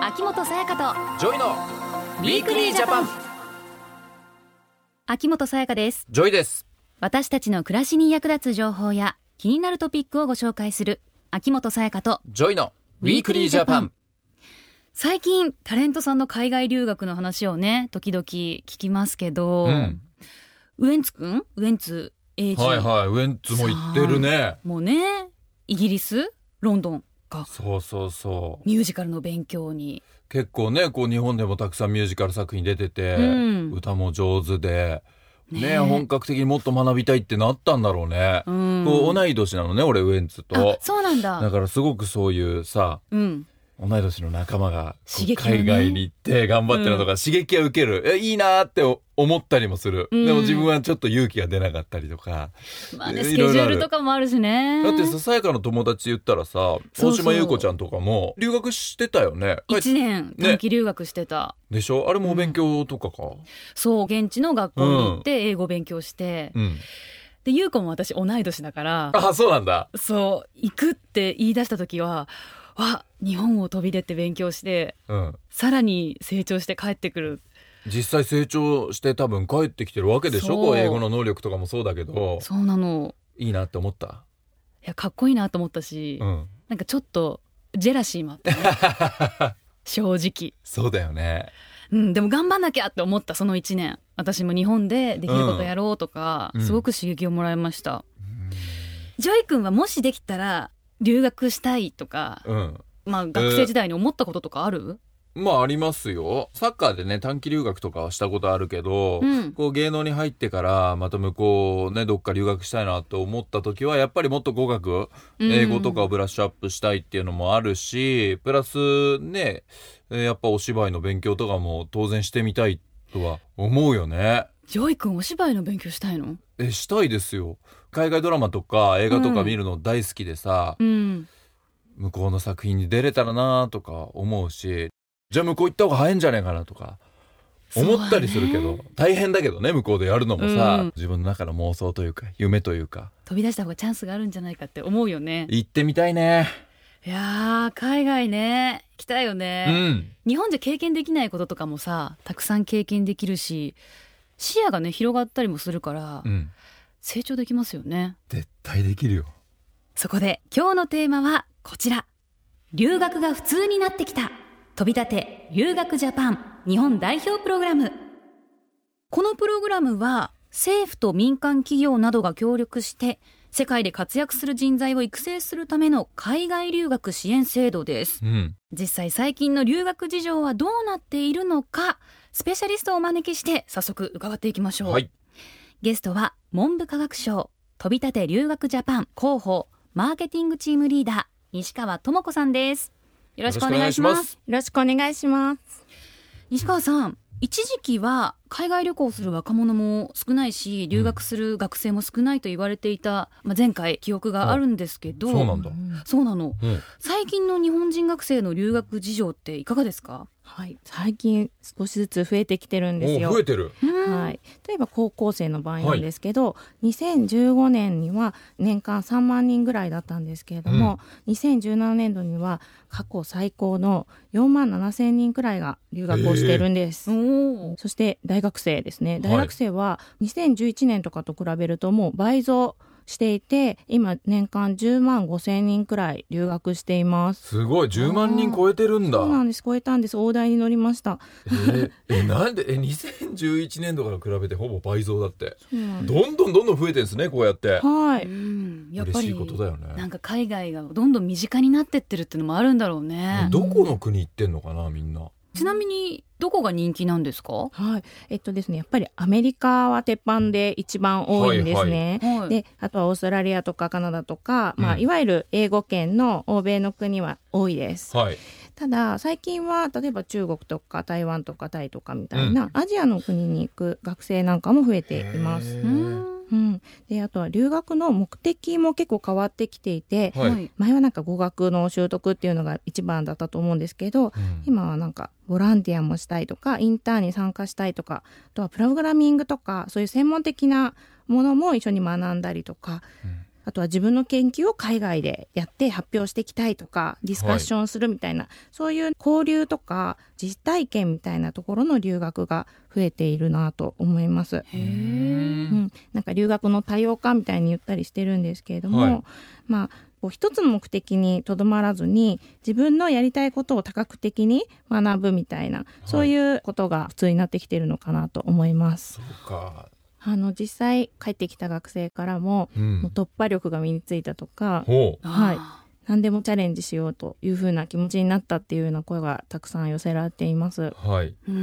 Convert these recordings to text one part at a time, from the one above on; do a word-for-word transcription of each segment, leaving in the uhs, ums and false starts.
秋元才加とジョイのウィークリージャパン。 秋元才加です。 ジョイです。 私たちの暮らしに役立つ情報や気になるトピックをご紹介する秋元才加とジョイのウィークリージャパン。 最近タレントさんの海外留学の話をね時々聞きますけど、うん、ウエンツくんウエンツエイジ、 はいはい、ウエンツも行ってるね。 もうねイギリスロンドンか。 そうそうそう、 ミュージカルの勉強に結構ねこう日本でもたくさんミュージカル作品出てて、うん、歌も上手でね, ね本格的にもっと学びたいってなったんだろうね、うん、こう同い年なのね俺ウエンツと。 あ、そうなんだ。 だからすごくそういうさ、うん、同い年の仲間がね、 海外に行って頑張ってるのとか刺激を受ける、うん、えいいなって思ったりもする、うん、でも自分はちょっと勇気が出なかったりとか、 まあね、スケジュールとかもあるしね。 だってささやかの友達言ったらさ大島優子ちゃんとかも留学してたよね。 いちねん短期留学してた、 ね、でしょ。あれもお勉強とかか、うん、 そう現地の学校に行って英語勉強して、うん、で優子も私同い年だから。 あ、そうなんだ。 そう行くって言い出した時はわ日本を飛び出て勉強して、うん、さらに成長して帰ってくる。 実際成長して多分帰ってきてるわけでしょ。こう英語の能力とかもそうだけど。 そうなの。いいなって思った。 いやかっこいいなと思ったし、うん、なんかちょっとジェラシーもあったね正直。そうだよね、うん、でも頑張んなきゃって思ったそのいちねん。私も日本でできることやろうとか、うん、すごく刺激をもらいました、うん、ジョイ君はもしできたら留学したいとか、うんまあ、学生時代に思ったこととかある？ えー、まあありますよ。サッカーでね短期留学とかはしたことあるけど、うん、こう芸能に入ってからまた向こうねどっか留学したいなと思った時はやっぱりもっと語学、英語とかをブラッシュアップしたいっていうのもあるし、プラスねやっぱお芝居の勉強とかも当然してみたいとは思うよね。 ジョイ君お芝居の勉強したいの？ えしたいですよ。海外ドラマとか映画とか見るの大好きでさ、うんうん向こうの作品に出れたらなとか思うし、じゃあ向こう行った方が早いんじゃないかなとか思ったりするけど、大変だけどね向こうでやるのもさ、うん、自分の中の妄想というか夢というか飛び出した方がチャンスがあるんじゃないかって思うよね。 行ってみたいね。 いやー海外ね来たいよね、うん、日本じゃ経験できないこととかもさたくさん経験できるし視野がね広がったりもするから、うん、成長できますよね。 絶対できるよ。 そこで今日のテーマはこちら。留学が普通になってきた飛び立て留学ジャパン日本代表プログラム。このプログラムは政府と民間企業などが協力して世界で活躍する人材を育成するための海外留学支援制度です、うん、実際最近の留学事情はどうなっているのかスペシャリストをお招きして早速伺っていきましょう、はい、ゲストは文部科学省飛び立て留学ジャパン広報マーケティングチームリーダー西川智子さんです。よろしくお願いします。 よろしくお願いします。 西川さん、一時期は海外旅行する若者も少ないし留学する学生も少ないと言われていた、まあ、前回記憶があるんですけど、 そうなんだ。 そうなの、うん、最近の日本人学生の留学事情っていかがですか？ はい、最近少しずつ増えてきてるんですよ。 増えてる、 はい、例えば高校生の場合なんですけど、はい、にせんじゅうごねんには年間さんまんにんぐらいだったんですけれども、うん、にせんじゅうななねんどには過去最高のよんまんななせんにんくらいが留学をしているんです、えー、そして大学生ですね。大学生はにせんじゅういちねんとかと比べるともう倍増していて今年間じゅうまんごせんにんくらい留学しています。 すごいじゅうまんにん超えてるんだ。 そうなんです、超えたんです。大台に乗りました。 えー、えなんでえにせんじゅういちねんどから比べてほぼ倍増だって。どんどんどんどん増えてるんですねこうやって。 はい、 うん、やっぱり嬉しいことだよね。 なんか海外がどんどん身近になってってるっていうのもあるんだろうね。 どこの国行ってんのかなみんな。 ちなみにどこが人気なんですか？ はい、えっとですね、やっぱりアメリカは鉄板で一番多いんですね、はいはい、であとはオーストラリアとかカナダとか、うんまあ、いわゆる英語圏の欧米の国は多いです、はい、ただ最近は例えば中国とか台湾とかタイとかみたいな、うん、アジアの国に行く学生なんかも増えています。うん、であとは留学の目的も結構変わってきていて、はい、前はなんか語学の習得っていうのが一番だったと思うんですけど、うん、今はなんかボランティアもしたいとかインターンに参加したいとかあとはプログラミングとかそういう専門的なものも一緒に学んだりとか、うん、 あとは自分の研究を海外でやって発表していきたいとかディスカッションするみたいな、はい、そういう交流とか実体験みたいなところの留学が増えているなと思います。へー、うん、なんか留学の多様化みたいに言ったりしてるんですけれども、はい、まあこう一つの目的にとどまらずに自分のやりたいことを多角的に学ぶみたいな、はい、そういうことが普通になってきているのかなと思います。 そうか。 あの実際帰ってきた学生からも、うん、もう突破力が身についたとか、はい、何でもチャレンジしようという風な気持ちになったっていうような声がたくさん寄せられています。 はい、 うん、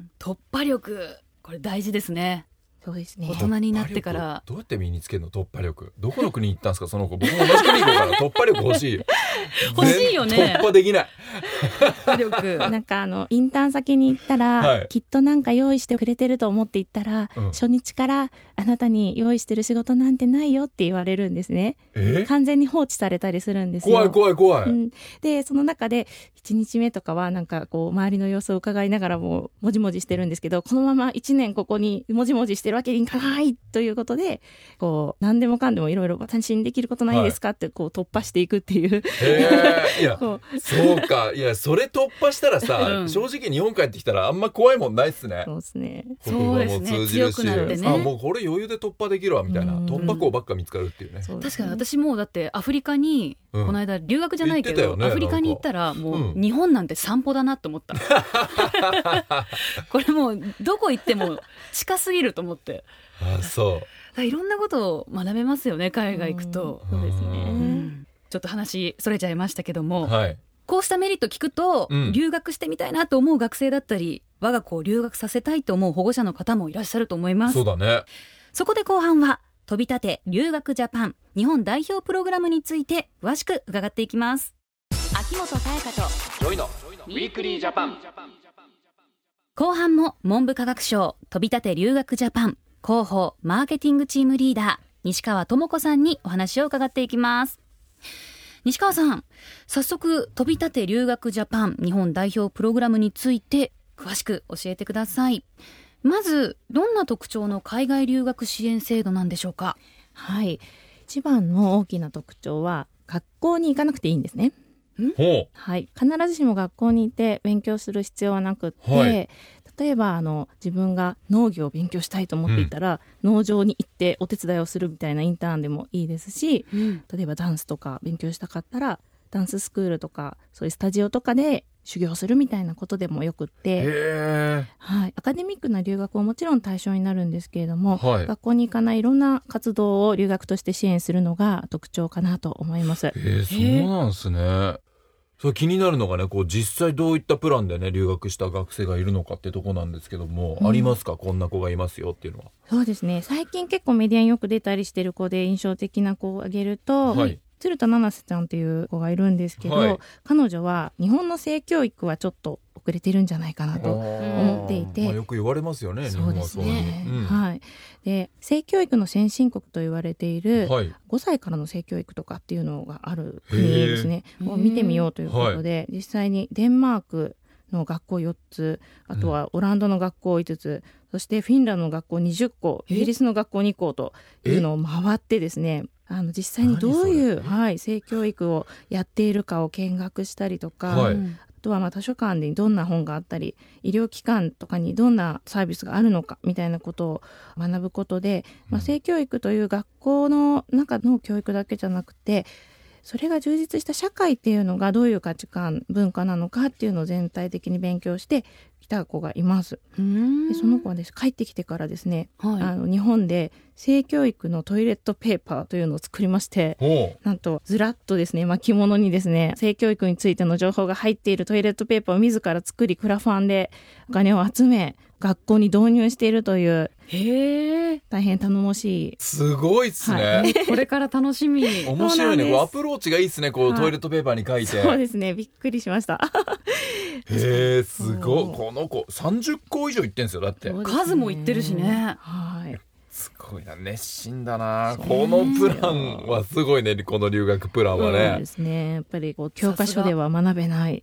突破力、これ大事ですね。 そうですね。 大人になってからどうやって身につけるの？突破力。どこの国行ったんですかその子。僕も同じ国行こうから突破力欲しい。 欲しいよね。 突破できない。 突破力。 なんかあのインターン先に行ったら、はい、きっとなんか用意してくれてると思って行ったら、うん、初日からあなたに用意してる仕事なんてないよって言われるんですね。完全に放置されたりするんですよ。 怖い怖い怖い。 うん、でその中でいちにちめとかはなんかこう周りの様子を伺いながらももじもじしてるんですけど、このままいちねんここにもじもじしてるわけにいかないということで、こう何でもかんでもいろいろ私にできることないですかってこう突破していくっていう、 へーいやそうか。いやそれ突破したらさ、うん、正直日本帰ってきたらあんま怖いもんないっすね。 そうですね。 そうですね。強くなってね。 あもうこれ余裕で突破できるわみたいな突破口ばっか見つかるっていうね。 確かに私もだってアフリカに、うん、この間留学じゃないけど、ね、アフリカに行ったらもう日本なんて散歩だなと思った、うん、これもうどこ行っても近すぎると思って。 あそういろんなことを学べますよね海外行くと。 そうですね、うん、 ちょっと話それちゃいましたけども、 はい、 こうしたメリット聞くと、うん、留学してみたいなと思う学生だったり我が子を留学させたいと思う保護者の方もいらっしゃると思います。 そうだね。 そこで後半は飛び立て留学ジャパン日本代表プログラムについて詳しく伺っていきます。秋元彩香とジョイのウィークリージャパン。 後半も文部科学省飛び立て留学ジャパン広報マーケティングチームリーダー西川智子さんにお話を伺っていきます。西川さん、早速飛び立て留学ジャパン日本代表プログラムについて詳しく教えてください。まずどんな特徴の海外留学支援制度なんでしょうか？ はい、一番の大きな特徴は学校に行かなくていいんですね。はい、必ずしも学校に行って勉強する必要はなくって、はい、例えばあの自分が農業を勉強したいと思っていたら、うん、農場に行ってお手伝いをするみたいなインターンでもいいですし、うん、例えばダンスとか勉強したかったらダンススクールとかそういうスタジオとかで修行するみたいなことでもよくって、 へはい、アカデミックな留学はもちろん対象になるんですけれども、 はい、 学校に行かないいろんな活動を留学として支援するのが特徴かなと思います。 へー、そうなんですね。それ気になるのがね、こう実際どういったプランでね留学した学生がいるのかってとこなんですけども、うん、ありますか？こんな子がいますよっていうのは。 そうですね、最近結構メディアによく出たりしてる子で印象的な子を挙げると、はい、鶴田七瀬ちゃんっていう子がいるんですけど、はい、彼女は日本の性教育はちょっと遅れてるんじゃないかなと思っていて、 まあ、よく言われますよね。 そうですね、うん、はい、で性教育の先進国と言われているごさいからの性教育とかっていうのがある国ですねを見てみようということで、実際にデンマークの学校よっつ、あとはオランダの学校いつつ、そしてフィンランドの学校にじゅっこ、イギリスの学校にこというのを回ってですね、あの実際にどういう、はい、性教育をやっているかを見学したりとか、はい、あとはまあ図書館にどんな本があったり医療機関とかにどんなサービスがあるのかみたいなことを学ぶことで、まあ、性教育という学校の中の教育だけじゃなくて、それが充実した社会っていうのがどういう価値観文化なのかっていうのを全体的に勉強してきた子がいます。うーん、でその子はです帰ってきてからですね、はい、あの日本で性教育のトイレットペーパーというのを作りまして、なんとずらっとですね巻物にですね性教育についての情報が入っているトイレットペーパーを自ら作りクラファンでお金を集め学校に導入しているという、 へー、 大変頼もしい。 すごいっすね、 はい、これから楽しみ。 面白いね、こうアプローチがいいっすね、こう、はい、トイレットペーパーに書いて。 そうですね、びっくりしました。 へー、すごい。この子さんじゅっこ以上行ってんですよ。だって、 ね、数も行ってるしね。 はい、 すごいな、熱心だな。このプランはすごいね、この留学プランはね。 そうですね、やっぱりこう教科書では学べない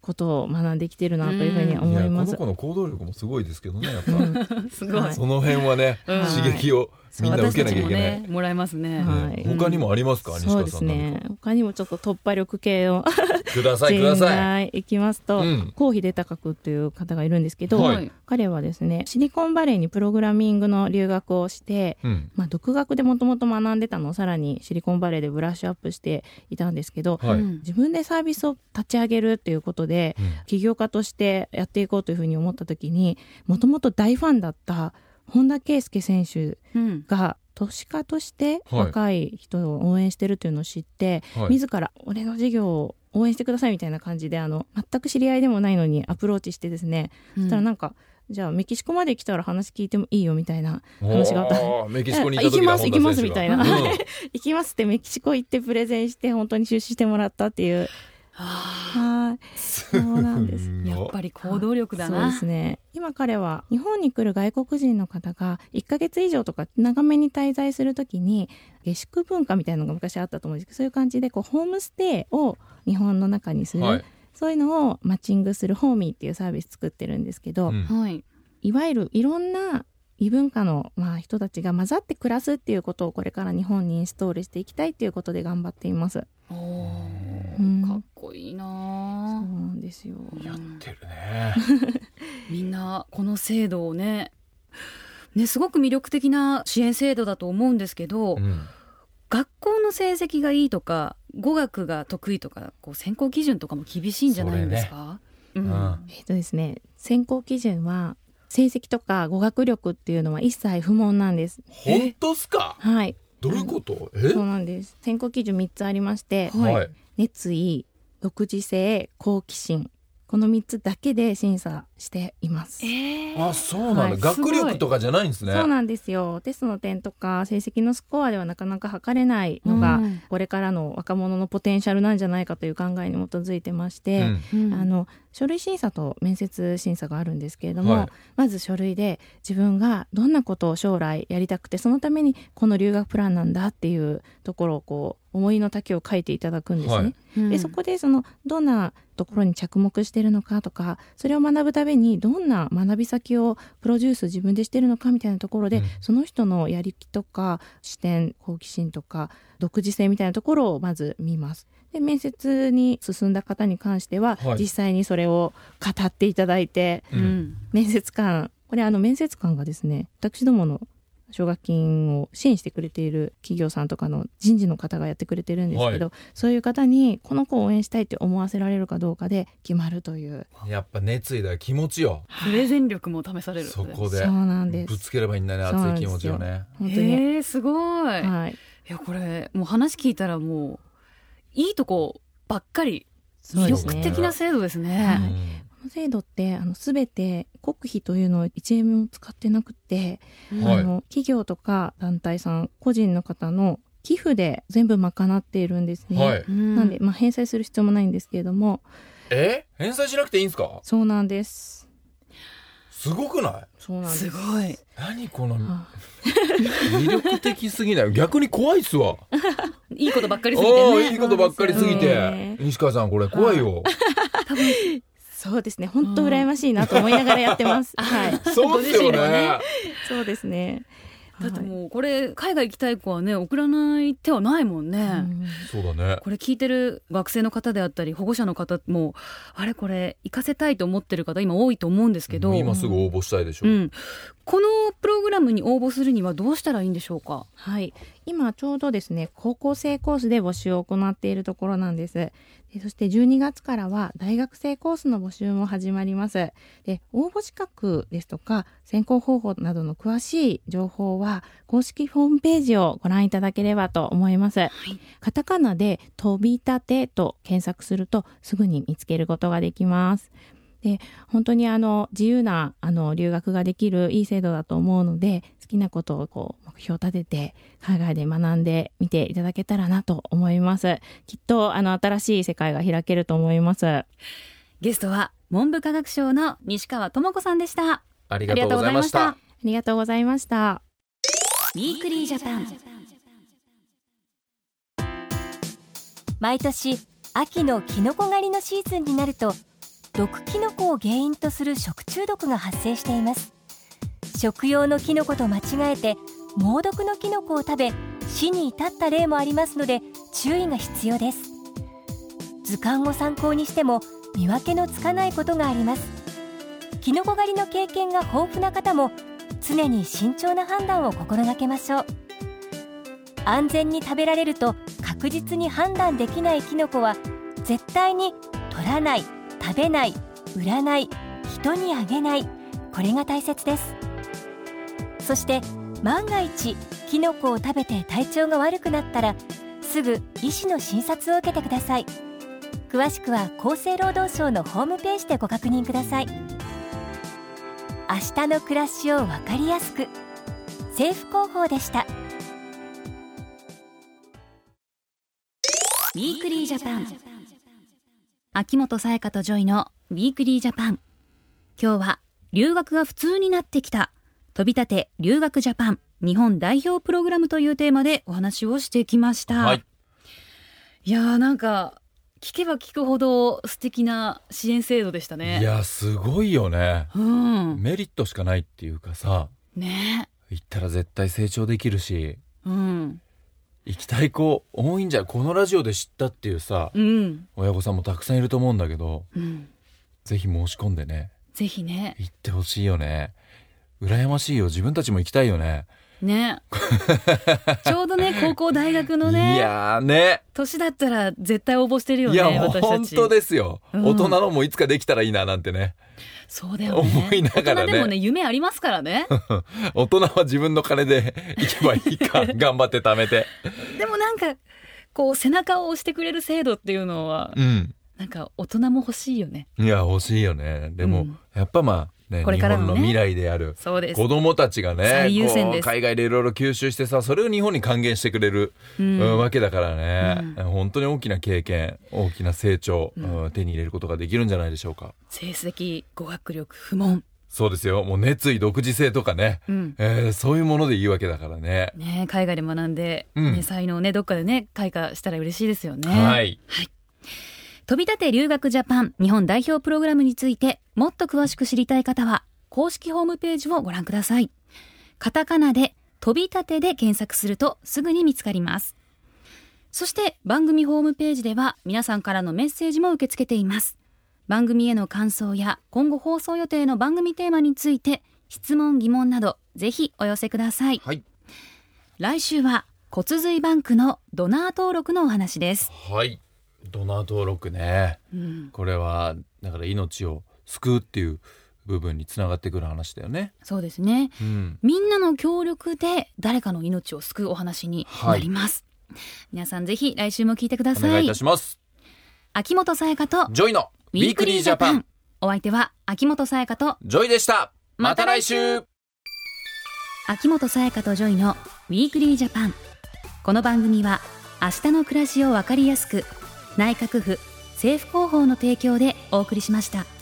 ことを学んできてるなというふうに思います。 いやこの子の行動力もすごいですけどねやっぱ、 うん、すごいその辺はね、うん、刺激をみんな受けなきゃいけない、 ね、もらえますね、 はい、他にもありますか、うん、西川さん。 そうですね、他にもちょっと突破力系をくださいください。 いきますと、うん、高秀隆君という方がいるんですけど、はい、彼はですねシリコンバレーにプログラミングの留学をして、うんまあ、独学でもともと学んでたのをさらにシリコンバレーでブラッシュアップしていたんですけど、はい、自分でサービスを立ち上げるということで、うん、起業家としてやっていこうというふうに思った時にもともと大ファンだった本田圭佑選手が投資家として若い人を応援してるというのを知って、はい、自ら俺の事業を応援してくださいみたいな感じであの全く知り合いでもないのにアプローチしてですね、うん、そしたらなんかじゃあメキシコまで来たら話聞いてもいいよみたいな話があった。 メキシコに行った時は行きます行きますみたいな、うん、行きますってメキシコ行ってプレゼンして本当に出資してもらったっていう。はい、そうなんです。 やっぱり行動力だな。 そうですね。今彼は日本に来る外国人の方がいっかげつ以上とか長めに滞在するときに下宿文化みたいなのが昔あったと思うんですけど、そういう感じでこうホームステイを日本の中にする、はい、そういうのをマッチングするホーミーっていうサービス作ってるんですけど、うん、いわゆるいろんな異文化の、まあ、人たちが混ざって暮らすっていうことをこれから日本にインストールしていきたいということで頑張っています。 おうん、かっこいいな。 そうなんですよ。 やってるねみんなこの制度を ね, ねすごく魅力的な支援制度だと思うんですけど、うん、学校の成績がいいとか語学が得意とかこう選考基準とかも厳しいんじゃないんですか。 それね、うんうん、えっとですね選考基準は成績とか語学力っていうのは一切不問なんです。 本当っすか。 はい。 どういうこと？え？ そうなんです。選考基準みっつありまして、はい、熱意、独自性、好奇心、このみっつだけで審査しています。 えー、あ、そうなんだ、はい、学力とかじゃないんですね。 そうなんですよ。テストの点とか成績のスコアではなかなか測れないのが、うん、これからの若者のポテンシャルなんじゃないかという考えに基づいてまして、うん、あの書類審査と面接審査があるんですけれども、はい、まず書類で自分がどんなことを将来やりたくてそのためにこの留学プランなんだっていうところをこう思いの丈を書いていただくんですね、はいうん、でそこでそのどんなところに着目しているのかとかそれを学ぶためにどんな学び先をプロデュース自分でしているのかみたいなところで、うん、その人のやりきとか視点好奇心とか独自性みたいなところをまず見ます。で面接に進んだ方に関しては、はい、実際にそれを語っていただいて、うん、面接官これあの面接官がですね私どもの奨学金を支援してくれている企業さんとかの人事の方がやってくれてるんですけど、はい、そういう方にこの子を応援したいって思わせられるかどうかで決まるという。 やっぱ熱意だ気持ちよ。 プレゼン力も試される。 そこでそうなんです。 ぶつければいいんだね熱い気持ちをね。 本当に、 えー、すごい、はい、いやこれもう話聞いたらもういいとこばっかり魅力的な制度ですね。はい、この制度ってあの全て国費というのをいちえんも使ってなくて、はい、あの企業とか団体さん個人の方の寄付で全部賄っているんですね、はい、なんで、まあ、返済する必要もないんですけれども。 え返済しなくていいんですか。 そうなんです。 すごくない？ そうなんです。 すごい。 何この魅力的すぎない？逆に怖いっすわ。 いいことばっかりすぎてね。 いいことばっかりすぎて、西川さんこれ怖いよ。 多分そうですね。本当羨ましいなと思いながらやってます。はい。 そうですよね。 そうですね。 だってもうこれ海外行きたい子はね送らない手はないもんね、うん、 そうだね。 これ聞いてる学生の方であったり保護者の方もあれこれ行かせたいと思ってる方今多いと思うんですけど、 今すぐ応募したいでしょう、うん、 このプログラムに応募するにはどうしたらいいんでしょうか。 はい、今ちょうどですね高校生コースで募集を行っているところなんです。でそしてじゅうにがつからは大学生コースの募集も始まります。で応募資格ですとか選考方法などの詳しい情報は公式ホームページをご覧いただければと思います、はい、カタカナで飛び立てと検索するとすぐに見つけることができます。で本当にあの自由なあの留学ができるいい制度だと思うので好きなことをこう目標を立てて海外で学んでみていただけたらなと思います。きっとあの新しい世界が開けると思います。 ゲストは文部科学省の西川智子さんでした。 ありがとうございました。 ありがとうございました。 ウィークリージャパン。 毎年秋のキノコ狩りのシーズンになると毒キノコを原因とする食中毒が発生しています。食用のキノコと間違えて猛毒のキノコを食べ死に至った例もありますので注意が必要です。図鑑を参考にしても見分けのつかないことがあります。キノコ狩りの経験が豊富な方も常に慎重な判断を心がけましょう。安全に食べられると確実に判断できないキノコは絶対に取らない、食べない、売らない、人にあげない、これが大切です。そして万が一キノコを食べて体調が悪くなったらすぐ医師の診察を受けてください。詳しくは厚生労働省のホームページでご確認ください。明日の暮らしを分かりやすく、政府広報でした。 ウィークリージャパン、秋元才加とジョイのウィークリージャパン。今日は留学が普通になってきた飛び立て留学ジャパン日本代表プログラムというテーマでお話をしてきました、はい、いやーなんか聞けば聞くほど素敵な支援制度でしたね。 いやすごいよね、うん、メリットしかないっていうかさね、 行ったら絶対成長できるし、 うん、 行きたい子多いんじゃ、このラジオで知ったっていうさ、うん、親御さんもたくさんいると思うんだけど、うん、ぜひ申し込んでね、 ぜひね行ってほしいよね。羨ましいよ、自分たちも行きたいよね。 ねちょうどね高校大学のね、 いやーね年だったら絶対応募してるよね。 いや私たち本当ですよ、うん、大人のもいつかできたらいいななんてね、 そうだよね、 思いながらね。 大人でもね夢ありますからね大人は自分の金で行けばいいか頑張って貯めてでもなんかこう背中を押してくれる制度っていうのは、うん、なんか大人も欲しいよね。 いや欲しいよね。でも、うん、やっぱまあね、 これからのね、 日本の未来である子供たちがね、 最優先です。 こう海外でいろいろ吸収してさ、それを日本に還元してくれる、うん、わけだからね、うん、本当に大きな経験、大きな成長、うん、手に入れることができるんじゃないでしょうか。 成績、語学力不問。 そうですよ、もう熱意、独自性とかね、うんえー、そういうものでいいわけだからね。 ね、海外で学んで、ねうん、才能をねどっかでね開花したら嬉しいですよね。 はい、 はい、飛び立て留学ジャパン日本代表プログラムについてもっと詳しく知りたい方は公式ホームページをご覧ください。カタカナで飛び立てで検索するとすぐに見つかります。そして番組ホームページでは皆さんからのメッセージも受け付けています。番組への感想や今後放送予定の番組テーマについて質問疑問などぜひお寄せください、 はい、 来週は骨髄バンクのドナー登録のお話です。 はい、ドナー登録ね、うん、これはだから命を救うっていう部分につながってくる話だよね。 そうですね、うん、みんなの協力で誰かの命を救うお話になります、はい、皆さんぜひ来週も聞いてください。 お願いいたします。 秋元才加とジョイのウィークリージャパン。 お相手は秋元才加とジョイでした。また来週。 秋元才加とジョイのウィークリージャパン。この番組は明日の暮らしをわかりやすく内閣府政府広報の提供でお送りしました。